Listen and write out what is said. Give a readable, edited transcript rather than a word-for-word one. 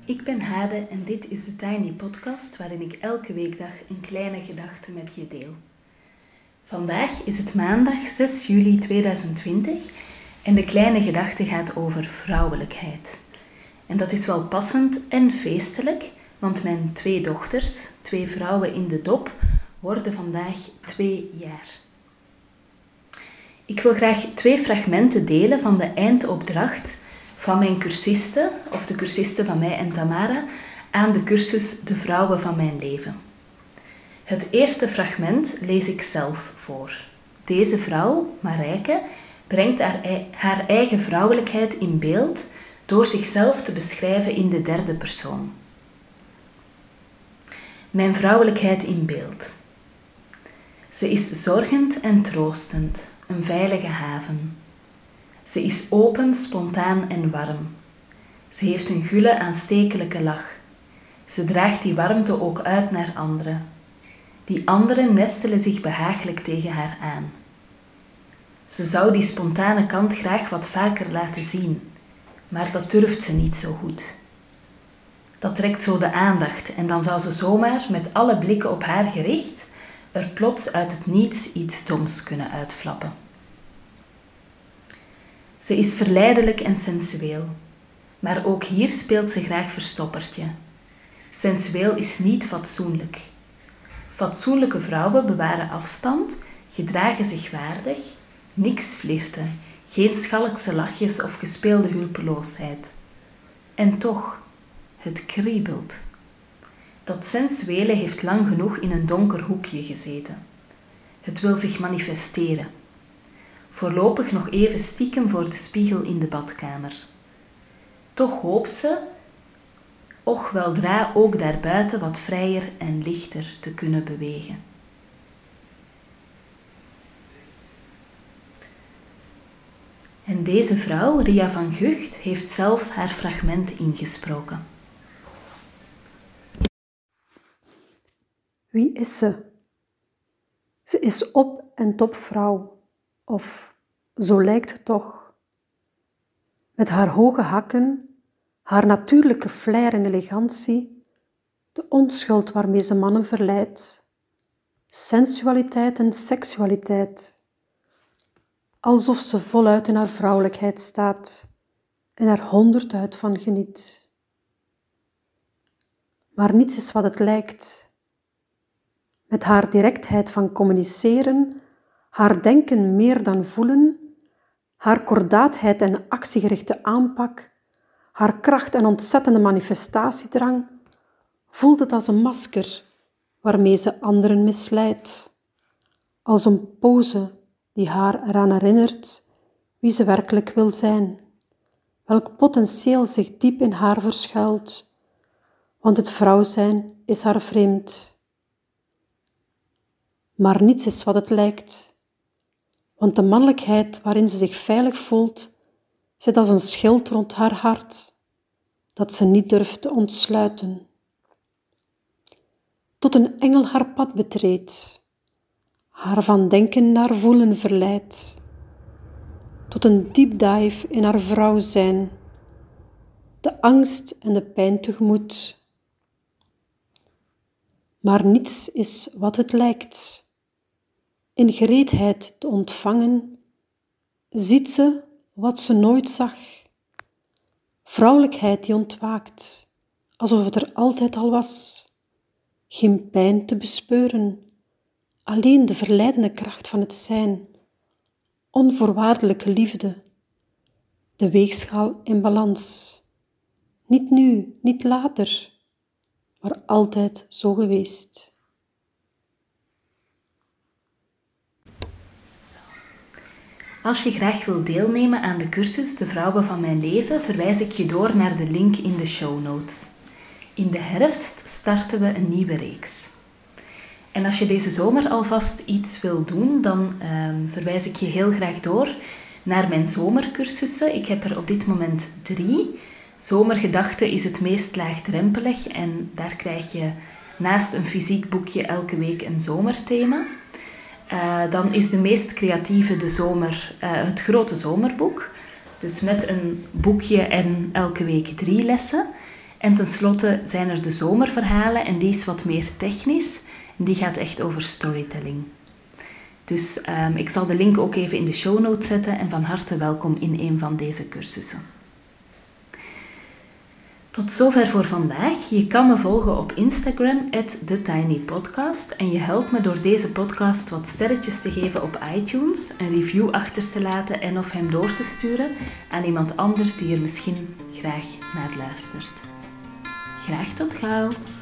Ik ben Hade en dit is de Tiny Podcast waarin ik elke weekdag een kleine gedachte met je deel. Vandaag is het maandag 6 juli 2020 en de kleine gedachte gaat over vrouwelijkheid. En dat is wel passend en feestelijk, want mijn 2 dochters, 2 vrouwen in de dop, worden vandaag 2 jaar. Ik wil graag 2 fragmenten delen van de eindopdracht van mijn cursisten, of de cursisten van mij en Tamara, aan de cursus De Vrouwen van Mijn Leven. Het eerste fragment lees ik zelf voor. Deze vrouw, Marijke, brengt haar eigen vrouwelijkheid in beeld door zichzelf te beschrijven in de 3e persoon. Mijn vrouwelijkheid in beeld. Ze is zorgend en troostend, een veilige haven. Ze is open, spontaan en warm. Ze heeft een gulle, aanstekelijke lach. Ze draagt die warmte ook uit naar anderen. Die anderen nestelen zich behaaglijk tegen haar aan. Ze zou die spontane kant graag wat vaker laten zien, maar dat durft ze niet zo goed. Dat trekt zo de aandacht en dan zou ze zomaar, met alle blikken op haar gericht, er plots uit het niets iets doms kunnen uitflappen. Ze is verleidelijk en sensueel, maar ook hier speelt ze graag verstoppertje. Sensueel is niet fatsoenlijk. Fatsoenlijke vrouwen bewaren afstand, gedragen zich waardig, niks flirten, geen schalkse lachjes of gespeelde hulpeloosheid. En toch, het kriebelt. Dat sensuele heeft lang genoeg in een donker hoekje gezeten. Het wil zich manifesteren. Voorlopig nog even stiekem voor de spiegel in de badkamer. Toch hoopt ze, och weldra ook daarbuiten wat vrijer en lichter te kunnen bewegen. En deze vrouw, Ria van Gucht, heeft zelf haar fragment ingesproken. Wie is ze? Ze is op- en topvrouw, of zo lijkt het toch. Met haar hoge hakken, haar natuurlijke flair en elegantie, de onschuld waarmee ze mannen verleidt, sensualiteit en seksualiteit, alsof ze voluit in haar vrouwelijkheid staat en er 100 uit van geniet. Maar niets is wat het lijkt. Met haar directheid van communiceren, haar denken meer dan voelen, haar kordaatheid en actiegerichte aanpak, haar kracht en ontzettende manifestatiedrang, voelt het als een masker waarmee ze anderen misleidt. Als een pose die haar eraan herinnert wie ze werkelijk wil zijn, welk potentieel zich diep in haar verschuilt, want het vrouw zijn is haar vreemd. Maar niets is wat het lijkt, want de mannelijkheid waarin ze zich veilig voelt, zit als een schild rond haar hart, dat ze niet durft te ontsluiten. Tot een engel haar pad betreedt, haar van denken naar voelen verleidt, tot een deep dive in haar vrouw zijn, de angst en de pijn tegemoet. Maar niets is wat het lijkt. In gereedheid te ontvangen, ziet ze wat ze nooit zag. Vrouwelijkheid die ontwaakt, alsof het er altijd al was. Geen pijn te bespeuren, alleen de verleidende kracht van het zijn. Onvoorwaardelijke liefde, de weegschaal in balans. Niet nu, niet later, maar altijd zo geweest. Als je graag wilt deelnemen aan de cursus De Vrouwen van Mijn Leven, verwijs ik je door naar de link in de show notes. In de herfst starten we een nieuwe reeks. En als je deze zomer alvast iets wil doen, dan verwijs ik je heel graag door naar mijn zomercursussen. Ik heb er op dit moment 3. Zomergedachten is het meest laagdrempelig en daar krijg je naast een fysiek boekje elke week een zomerthema. Dan is de meest creatieve het grote zomerboek. Dus met een boekje en elke week 3 lessen. En tenslotte zijn er de zomerverhalen en die is wat meer technisch. Die gaat echt over storytelling. Dus ik zal de link ook even in de show notes zetten en van harte welkom in een van deze cursussen. Tot zover voor vandaag. Je kan me volgen op Instagram @thetinypodcast en je helpt me door deze podcast wat sterretjes te geven op iTunes, een review achter te laten en of hem door te sturen aan iemand anders die er misschien graag naar luistert. Graag tot gauw!